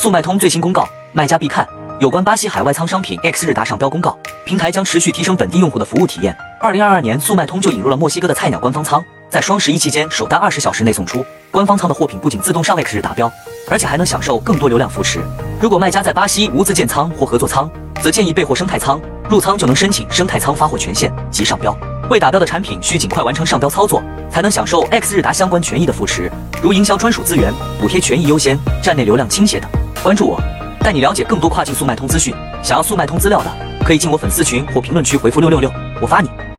速卖通最新公告，卖家必看。有关巴西海外仓商品 X 日达商标公告，平台将持续提升本地用户的服务体验。2022年，速卖通就引入了墨西哥的菜鸟官方仓，在双11期间首单20小时内送出。官方仓的货品不仅自动上 X 日达标，而且还能享受更多流量扶持。如果卖家在巴西无自建仓或合作仓，则建议备货生态仓，入仓就能申请生态仓发货权限及上标。未达标的产品需尽快完成上标操作，才能享受 X 日达相关权益的扶持，如营销专属资源、补贴权益优先、站内流量倾斜等。关注我，带你了解更多跨境速卖通资讯。想要速卖通资料的，可以进我粉丝群或评论区回复666，我发你。